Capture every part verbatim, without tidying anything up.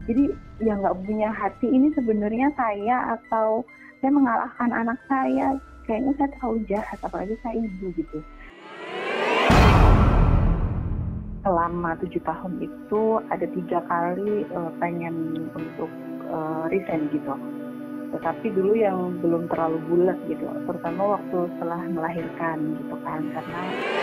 Jadi yang nggak punya hati ini sebenarnya saya atau saya mengalahkan anak saya. Kayaknya saya terlalu jahat, apalagi saya ibu gitu. Selama tujuh tahun itu ada tiga kali uh, pengen untuk uh, resign gitu. Tetapi dulu yang belum terlalu bulat gitu, terutama waktu setelah melahirkan gitu kan, karena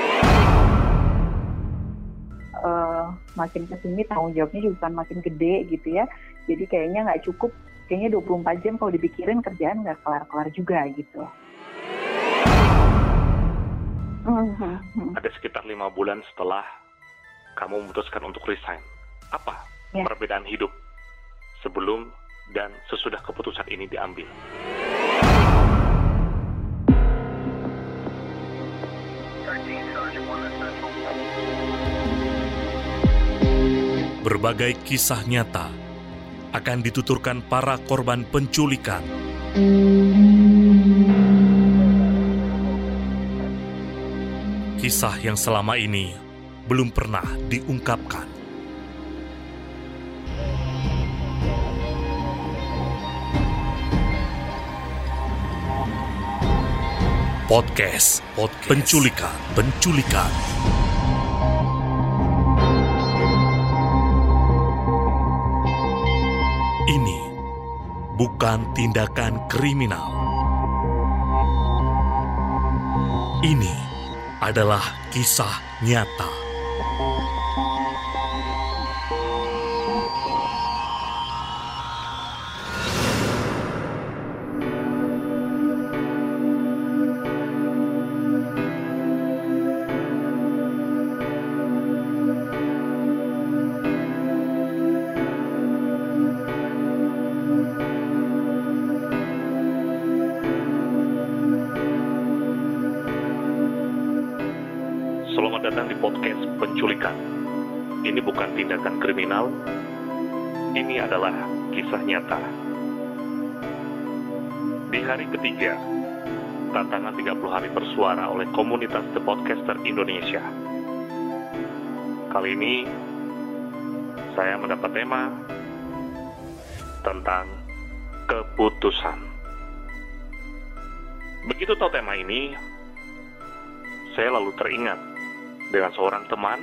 uh, makin kesini tanggung jawabnya juga kan makin gede gitu ya. Jadi kayaknya nggak cukup, kayaknya dua puluh empat jam kalau dipikirin kerjaan nggak kelar-kelar juga gitu. Mm-hmm. Ada sekitar lima bulan setelah kamu memutuskan untuk resign. Apa ya. Perbedaan hidup sebelum dan sesudah keputusan ini diambil? Berbagai kisah nyata akan dituturkan para korban penculikan. Kisah yang selama ini belum pernah diungkapkan. Podcast, podcast penculikan, penculikan. Ini bukan tindakan kriminal. Ini adalah kisah nyata. Selamat datang di podcast penculikan. Ini bukan tindakan kriminal. Ini adalah kisah nyata. Di hari ketiga, tantangan tiga puluh hari bersuara oleh komunitas The Podcaster Indonesia. Kali ini, saya mendapat tema tentang keputusan. Begitu tahu tema ini, saya lalu teringat dengan seorang teman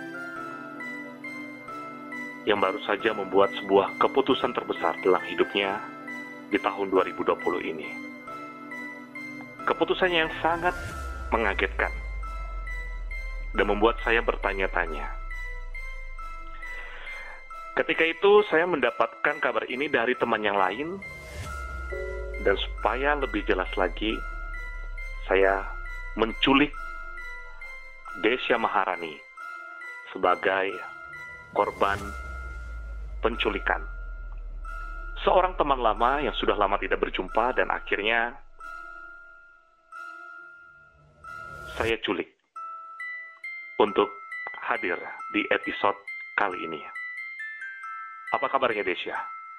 yang baru saja membuat sebuah keputusan terbesar dalam hidupnya di tahun dua ribu dua puluh ini. Keputusannya yang sangat mengagetkan dan membuat saya bertanya-tanya. Ketika itu saya mendapatkan kabar ini dari teman yang lain, dan supaya lebih jelas lagi, saya menculik Desya Maharani sebagai korban penculikan. Seorang teman lama yang sudah lama tidak berjumpa dan akhirnya saya culik untuk hadir di episode kali ini. Apa kabarnya, Desya?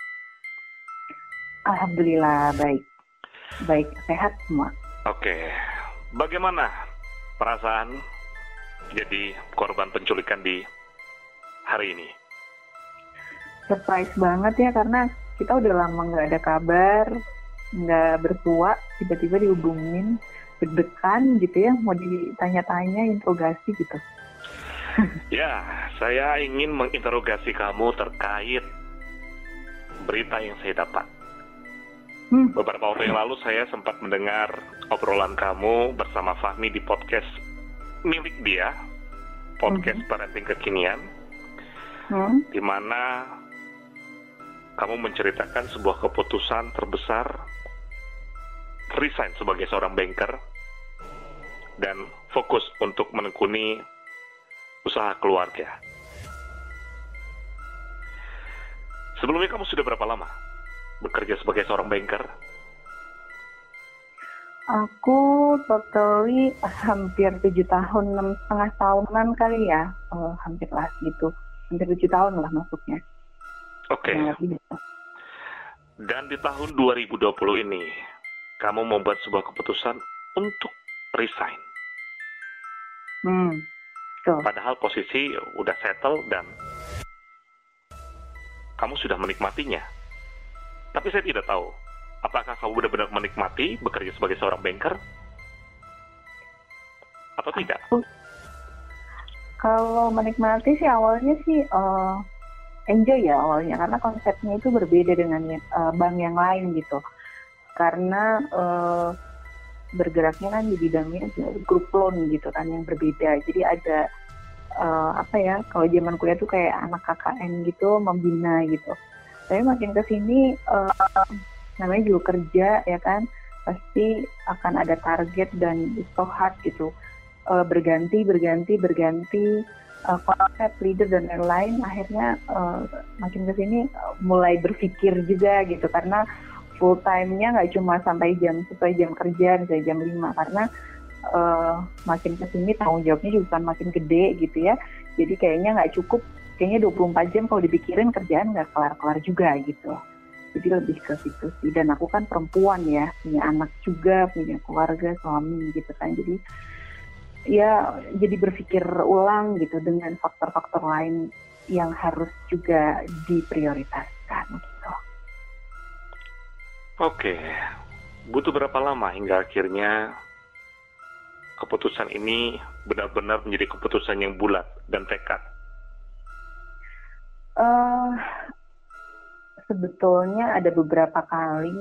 Alhamdulillah baik. Baik, sehat semua. Oke. Bagaimana perasaan jadi korban penculikan di hari ini? Surprise banget ya, karena kita udah lama nggak ada kabar, nggak bersua, tiba-tiba dihubungin, deg-degan gitu ya, mau ditanya-tanya, interogasi gitu. Ya, saya ingin menginterogasi kamu terkait berita yang saya dapat. Hmm. Beberapa waktu yang lalu saya sempat mendengar obrolan kamu bersama Fahmi di podcast milik dia, podcast mm-hmm. Parenting Kekinian, mm-hmm. di mana kamu menceritakan sebuah keputusan terbesar, resign sebagai seorang banker, dan fokus untuk menekuni usaha keluarga. Sebelumnya kamu sudah berapa lama bekerja sebagai seorang banker? Aku totally hampir tujuh tahun, enam setengah tahunan kali ya, oh, hampir lah gitu, hampir tujuh tahun lah masuknya. Oke. Okay. Dan di tahun dua ribu dua puluh ini, kamu membuat sebuah keputusan untuk resign. Hmm, betul. Padahal posisi udah settle dan kamu sudah menikmatinya. Tapi saya tidak tahu, apakah kamu benar-benar menikmati bekerja sebagai seorang banker atau tidak? Kalau menikmati sih awalnya sih uh, enjoy ya awalnya, karena konsepnya itu berbeda dengan uh, bank yang lain gitu. Karena uh, bergeraknya kan di bidangnya grup loan gitu kan, yang berbeda. Jadi ada uh, apa ya, kalau zaman kuliah tuh kayak anak K K N gitu, membina gitu. Tapi makin kesini uh, namanya juga kerja ya kan, pasti akan ada target dan it's so hard gitu. Uh, berganti, berganti, berganti uh, konsep, leader dan lain-lain. Akhirnya uh, makin kesini uh, mulai berpikir juga gitu, karena full time-nya nggak cuma sampai jam sesuai jam kerja, misalnya jam lima, karena uh, makin kesini tanggung jawabnya juga kan makin gede gitu ya. Jadi kayaknya nggak cukup, kayaknya dua puluh empat jam kalau dipikirin kerjaan nggak kelar-kelar juga gitu. Jadi lebih ke situ sih. Dan aku kan perempuan ya, punya anak juga, punya keluarga, suami gitu kan. Jadi ya jadi berpikir ulang gitu dengan faktor-faktor lain yang harus juga diprioritaskan gitu. Oke, butuh berapa lama hingga akhirnya keputusan ini benar-benar menjadi keputusan yang bulat dan tekad? Uh, sebetulnya ada beberapa kali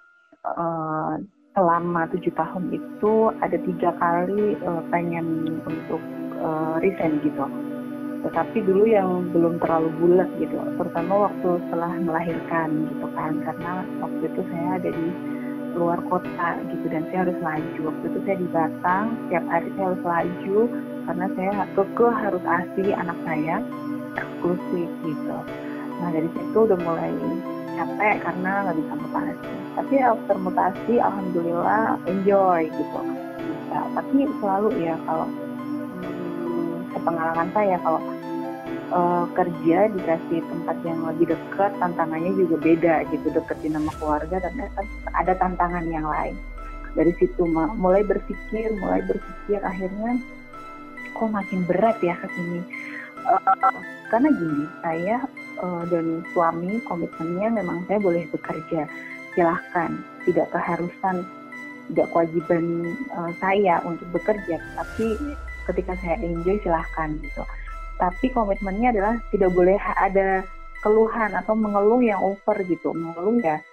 uh, selama tujuh tahun itu ada tiga kali uh, pengen untuk uh, resign gitu. Tetapi dulu yang belum terlalu bulat gitu, terutama waktu setelah melahirkan gitu kan, karena waktu itu saya ada di luar kota gitu dan saya harus laju. Waktu itu saya di Batang, setiap hari saya harus laju karena saya kekeh harus asi anak saya eksklusif gitu. Nah dari situ udah mulai capek karena nggak bisa mutasi. Tapi after mutasi, alhamdulillah enjoy gitu. Bisa. Tapi selalu ya kalau hmm, sepengalaman saya kalau uh, kerja dikasih tempat yang lebih dekat, tantangannya juga beda gitu, deketin sama keluarga, dan ada tantangan yang lain. Dari situ mulai berpikir, mulai berpikir akhirnya kok makin berat ya kesini. Uh, karena gini, saya uh, dan suami komitmennya memang saya boleh bekerja, silahkan, tidak keharusan, tidak kewajiban uh, saya untuk bekerja, tapi ketika saya enjoy silahkan gitu. Tapi komitmennya adalah tidak boleh ada keluhan atau mengeluh yang over gitu, mengeluh ya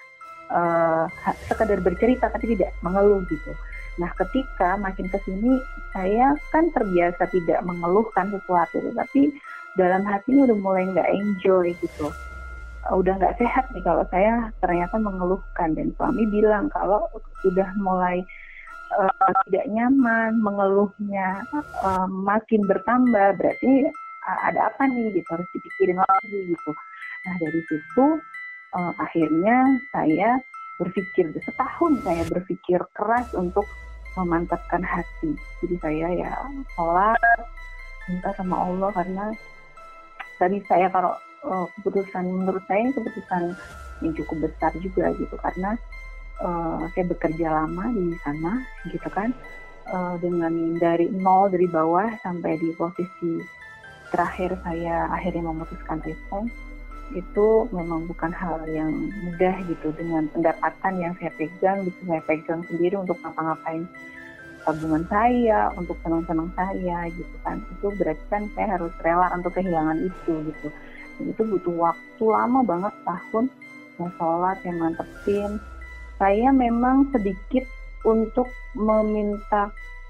uh, sekadar bercerita tapi tidak mengeluh gitu. Nah, ketika makin kesini saya kan terbiasa tidak mengeluhkan sesuatu, tapi dalam hati ini udah mulai nggak enjoy gitu, udah nggak sehat nih kalau saya ternyata mengeluhkan. Dan suami bilang kalau sudah mulai uh, tidak nyaman, mengeluhnya uh, makin bertambah, berarti uh, ada apa nih gitu, harus dipikirin lagi gitu. Nah dari situ uh, akhirnya saya berpikir, setahun saya berpikir keras untuk memantapkan hati. Jadi saya ya sholat, minta sama Allah, karena tadi saya kalau uh, keputusan, menurut saya ini keputusan yang cukup besar juga gitu, karena uh, saya bekerja lama di sana gitu kan, uh, dengan dari nol, dari bawah sampai di posisi terakhir saya akhirnya memutuskan resign. Itu memang bukan hal yang mudah gitu, dengan pendapatan yang saya pegang, bisa saya pegang sendiri untuk ngapa-ngapain tabungan saya, untuk senang-senang saya gitu kan. Itu berarti kan saya harus rela untuk kehilangan itu gitu. Dan itu butuh waktu lama banget, tahun, yang sholat, yang mantepin. Saya memang sedikit untuk meminta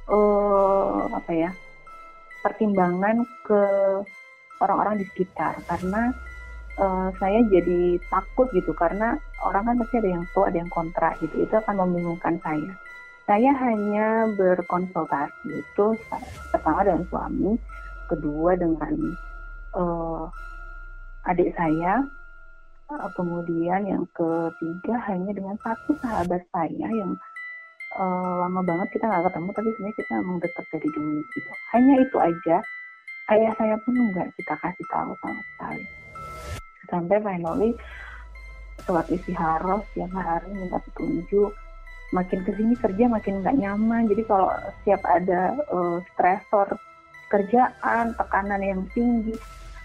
uh, apa ya pertimbangan ke orang-orang di sekitar, karena Uh, saya jadi takut gitu, karena orang kan pasti ada yang pro, ada yang kontra gitu, itu akan membingungkan saya. Saya hanya berkonsultasi itu pertama dengan suami, kedua dengan uh, adik saya, uh, kemudian yang ketiga hanya dengan satu sahabat saya yang uh, lama banget kita nggak ketemu, tapi sebenarnya kita memang dekat dari dulu gitu. Hanya itu aja. Ayah saya pun nggak kita kasih tahu sama sekali. Sampai finally sholat istiharoh setiap hari, minta petunjuk. Makin kesini kerja makin nggak nyaman. Jadi kalau setiap ada uh, stresor kerjaan, tekanan yang tinggi,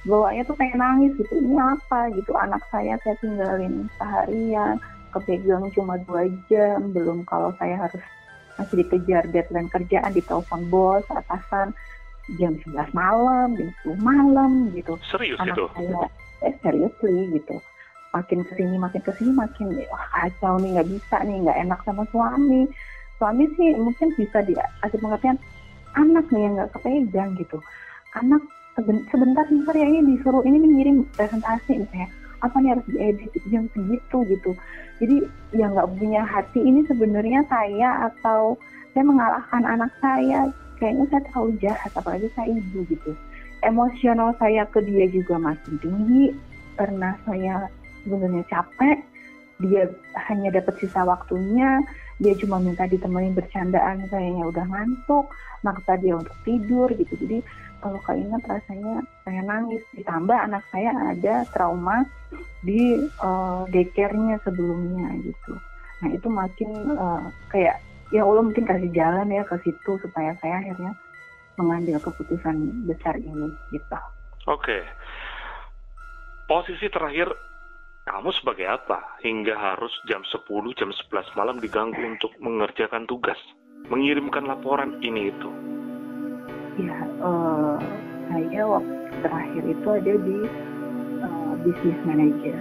bawaannya tuh pengen nangis gitu, ini apa gitu, anak saya saya tinggalin seharian, kepegang cuma dua jam, belum kalau saya harus masih dikejar deadline kerjaan, ditelepon bos, atasan, jam sebelas malam, jam sepuluh malam gitu. Serius anak itu? Saya, eh seriously gitu. Makin kesini, makin kesini, makin wah kacau nih, nggak bisa nih, nggak enak sama suami. Suami sih mungkin bisa dikasih pengertian, anak nih yang nggak kepegang gitu. Anak sebentar sebentar ya ini disuruh ini nih ngirim presentasi misalnya, apa nih harus diedit jam segitu gitu. Jadi yang nggak punya hati ini sebenarnya saya, atau saya mengalahkan anak saya. Kayaknya saya terlalu jahat, apalagi saya ibu gitu. Emosional saya ke dia juga makin tinggi karena saya sebenarnya capek, dia hanya dapat sisa waktunya, dia cuma minta ditemenin bercandaan, sayanya udah ngantuk, maksa dia untuk tidur gitu. Jadi kalau keinget rasanya saya nangis. Ditambah anak saya ada trauma di uh, daycare-nya sebelumnya gitu. Nah itu makin uh, kayak ya Allah mungkin kasih jalan ya ke situ supaya saya akhirnya mengambil keputusan besar ini gitu. Oke. Posisi terakhir kamu sebagai apa hingga harus jam sepuluh, jam sebelas malam diganggu untuk mengerjakan tugas, mengirimkan laporan ini itu? Ya, uh, saya waktu terakhir itu ada di uh, business manager.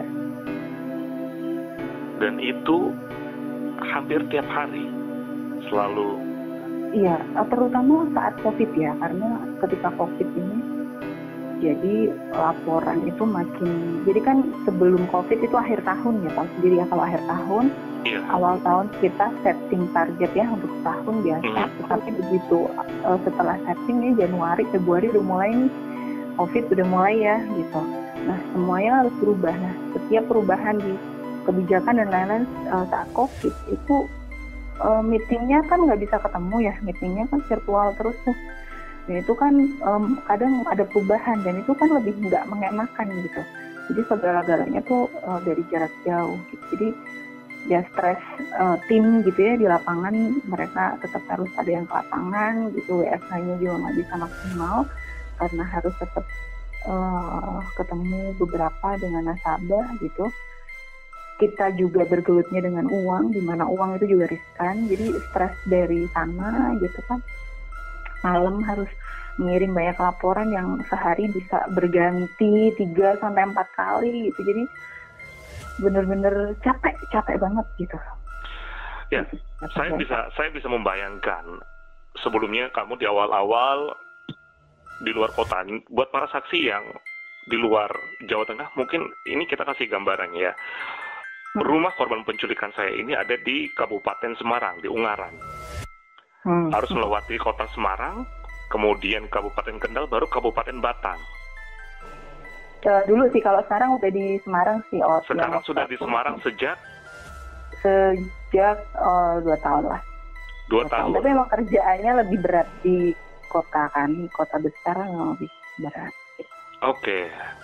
Dan itu hampir tiap hari, selalu? Iya, terutama saat COVID ya, karena ketika COVID ini, jadi laporan itu makin, jadi kan sebelum COVID itu akhir tahun ya, tahu sendiri ya kalau akhir tahun, iya. Awal tahun kita setting target ya untuk tahun biasa, hmm. Tapi begitu uh, setelah setting ya Januari, Februari udah mulai nih, COVID udah mulai ya gitu. Nah semuanya harus berubah. Nah setiap perubahan di kebijakan dan lain-lain uh, saat COVID itu uh, meetingnya kan nggak bisa ketemu ya, meetingnya kan virtual terus tuh. Dan itu kan um, kadang ada perubahan dan itu kan lebih nggak mengenakan gitu. Jadi segala-galanya tuh uh, dari jarak jauh gitu. Jadi ya stres uh, tim gitu ya di lapangan, mereka tetap harus ada yang ke lapangan gitu, W F H-nya juga nggak bisa maksimal karena harus tetap uh, ketemu beberapa dengan nasabah gitu. Kita juga bergelutnya dengan uang, di mana uang itu juga riskan, jadi stres dari sana gitu kan. Malam harus mengirim banyak laporan yang sehari bisa berganti tiga sampai empat kali gitu, jadi bener-bener capek, capek banget gitu. Ya, capek saya banget. bisa saya bisa membayangkan sebelumnya kamu di awal-awal di luar kota. Buat para saksi yang di luar Jawa Tengah, mungkin ini kita kasih gambaran ya. Rumah korban penculikan saya ini ada di Kabupaten Semarang, di Ungaran. Hmm. Harus melewati kota Semarang, kemudian Kabupaten Kendal, baru Kabupaten Batang. Uh, dulu sih, kalau sekarang udah di Semarang sih. Oh, sekarang sudah di Semarang sejak? Sejak uh, dua tahun lah. Dua, dua tahun. tahun. Tapi memang kerjaannya lebih berat di kota kan, kota besar yang lebih berat. Oke. Okay.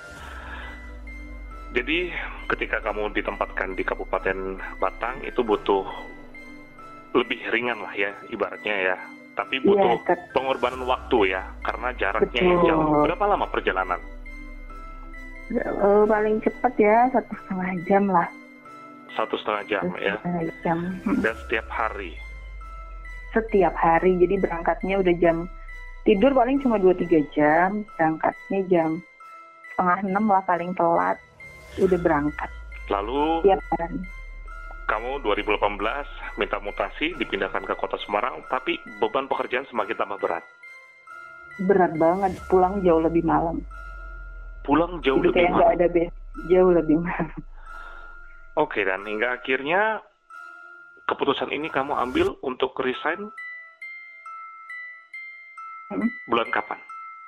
Jadi ketika kamu ditempatkan di Kabupaten Batang itu butuh lebih ringan lah ya, ibaratnya ya. Tapi butuh ya, pengorbanan waktu ya, karena jaraknya yang jauh. Berapa lama perjalanan? Uh, paling cepat ya satu setengah jam lah. Satu setengah jam satu ya. Setengah jam. Dan setiap hari. Setiap hari, jadi berangkatnya udah jam tidur paling cuma dua tiga jam, berangkatnya jam setengah enam lah paling telat, udah berangkat. Lalu. Setiap hari. Kamu dua ribu delapan belas minta mutasi, dipindahkan ke kota Semarang, tapi beban pekerjaan semakin tambah berat. Berat banget, pulang jauh lebih malam. Pulang jauh Jadi lebih kayak nggak ada base, jauh lebih malam. Oke, dan hingga akhirnya keputusan ini kamu ambil untuk resign hmm? bulan kapan?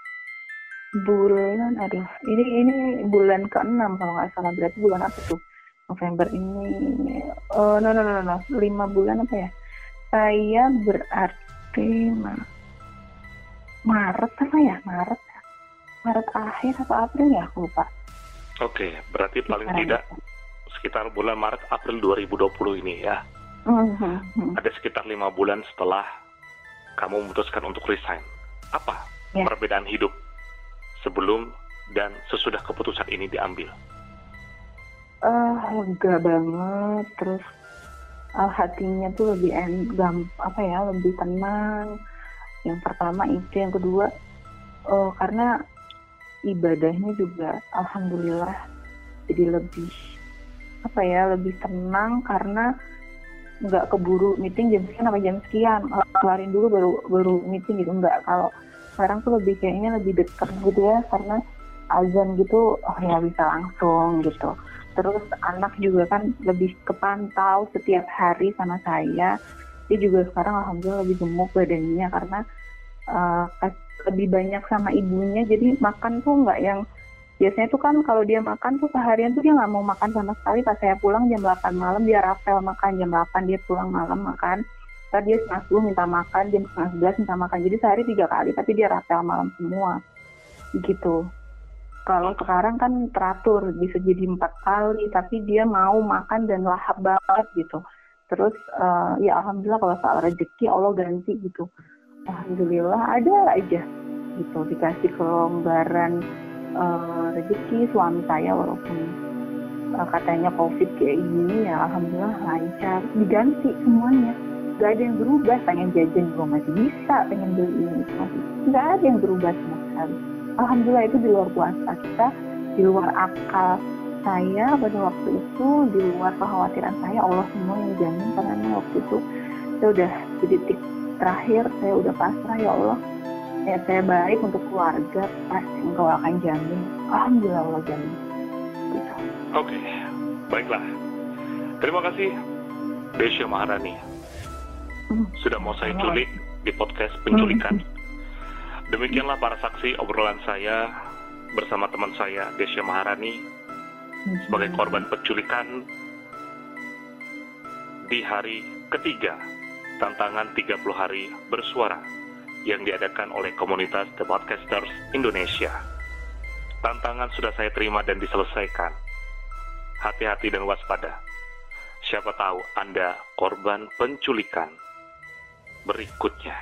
Bulan, aduh, ini ini bulan keenam kalau nggak salah, berarti bulan apa tuh? November ini, oh no no no no, lima bulan apa ya? Saya berarti ma- Maret apa ya? Maret. Maret akhir atau April ya, aku lupa. Oke, berarti paling sekarang tidak itu. Sekitar bulan Maret April dua ribu dua puluh ini ya. Mm-hmm. Ada sekitar lima bulan setelah kamu memutuskan untuk resign. Apa ya. Perbedaan hidup sebelum dan sesudah keputusan ini diambil? Uh, lega banget, terus uh, hatinya tuh lebih en, gam, apa ya, lebih tenang. Yang pertama itu, yang kedua uh, karena ibadahnya juga alhamdulillah jadi lebih apa ya, lebih tenang karena nggak keburu meeting jam sekian apa jam sekian, kelarin dulu baru baru meeting gitu. Nggak, kalau sekarang tuh lebih kayaknya lebih dekat gitu ya, karena azan gitu oh ya bisa langsung gitu. Terus anak juga kan lebih kepantau setiap hari sama saya, dia juga sekarang alhamdulillah lebih gemuk badannya karena uh, lebih banyak sama ibunya, jadi makan tuh nggak yang biasanya tuh kan kalau dia makan tuh seharian tuh dia nggak mau makan sama sekali. Pas saya pulang jam delapan malam dia rapel makan, jam delapan dia pulang malam makan, ntar dia setengah sepuluh minta makan, jam setengah sebelas minta makan, jadi sehari tiga kali tapi dia rapel malam semua gitu. Kalau sekarang kan teratur bisa jadi empat kali tapi dia mau makan dan lahap banget gitu. Terus uh, ya alhamdulillah kalau soal rezeki Allah ganti gitu, alhamdulillah ada aja gitu, dikasih kelonggaran Uh, rezeki suami saya walaupun uh, katanya covid kayak gini ya alhamdulillah lancar, diganti semuanya, nggak ada yang berubah. Pengen jajan juga masih bisa, pengen beli ini masih, nggak ada yang berubah sama sekali. Alhamdulillah itu di luar kuasa kita, di luar akal saya pada waktu itu, di luar kekhawatiran saya, Allah semua yang jamin. Karena waktu itu saya udah di titik terakhir, saya udah pasrah, ya Allah ya saya baik untuk keluarga, pasti engkau akan jamin. Alhamdulillah Allah jamin gitu. Oke, okay. Baiklah, terima kasih Desya Maharani hmm. sudah mau saya culik di podcast penculikan. hmm. Demikianlah para saksi obrolan saya bersama teman saya Desya Maharani hmm. sebagai korban penculikan di hari ketiga tantangan tiga puluh hari bersuara yang diadakan oleh komunitas The Podcasters Indonesia. Tantangan sudah saya terima dan diselesaikan. Hati-hati dan waspada. Siapa tahu Anda korban penculikan berikutnya.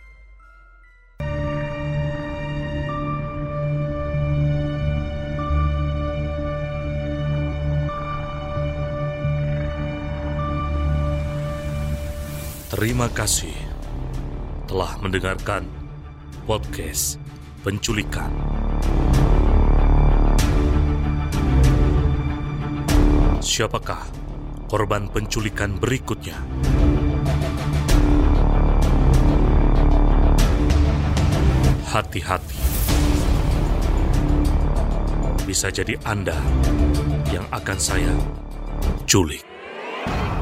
Terima kasih telah mendengarkan podcast penculikan. Siapakah korban penculikan berikutnya? Hati-hati. Bisa jadi Anda yang akan saya culik.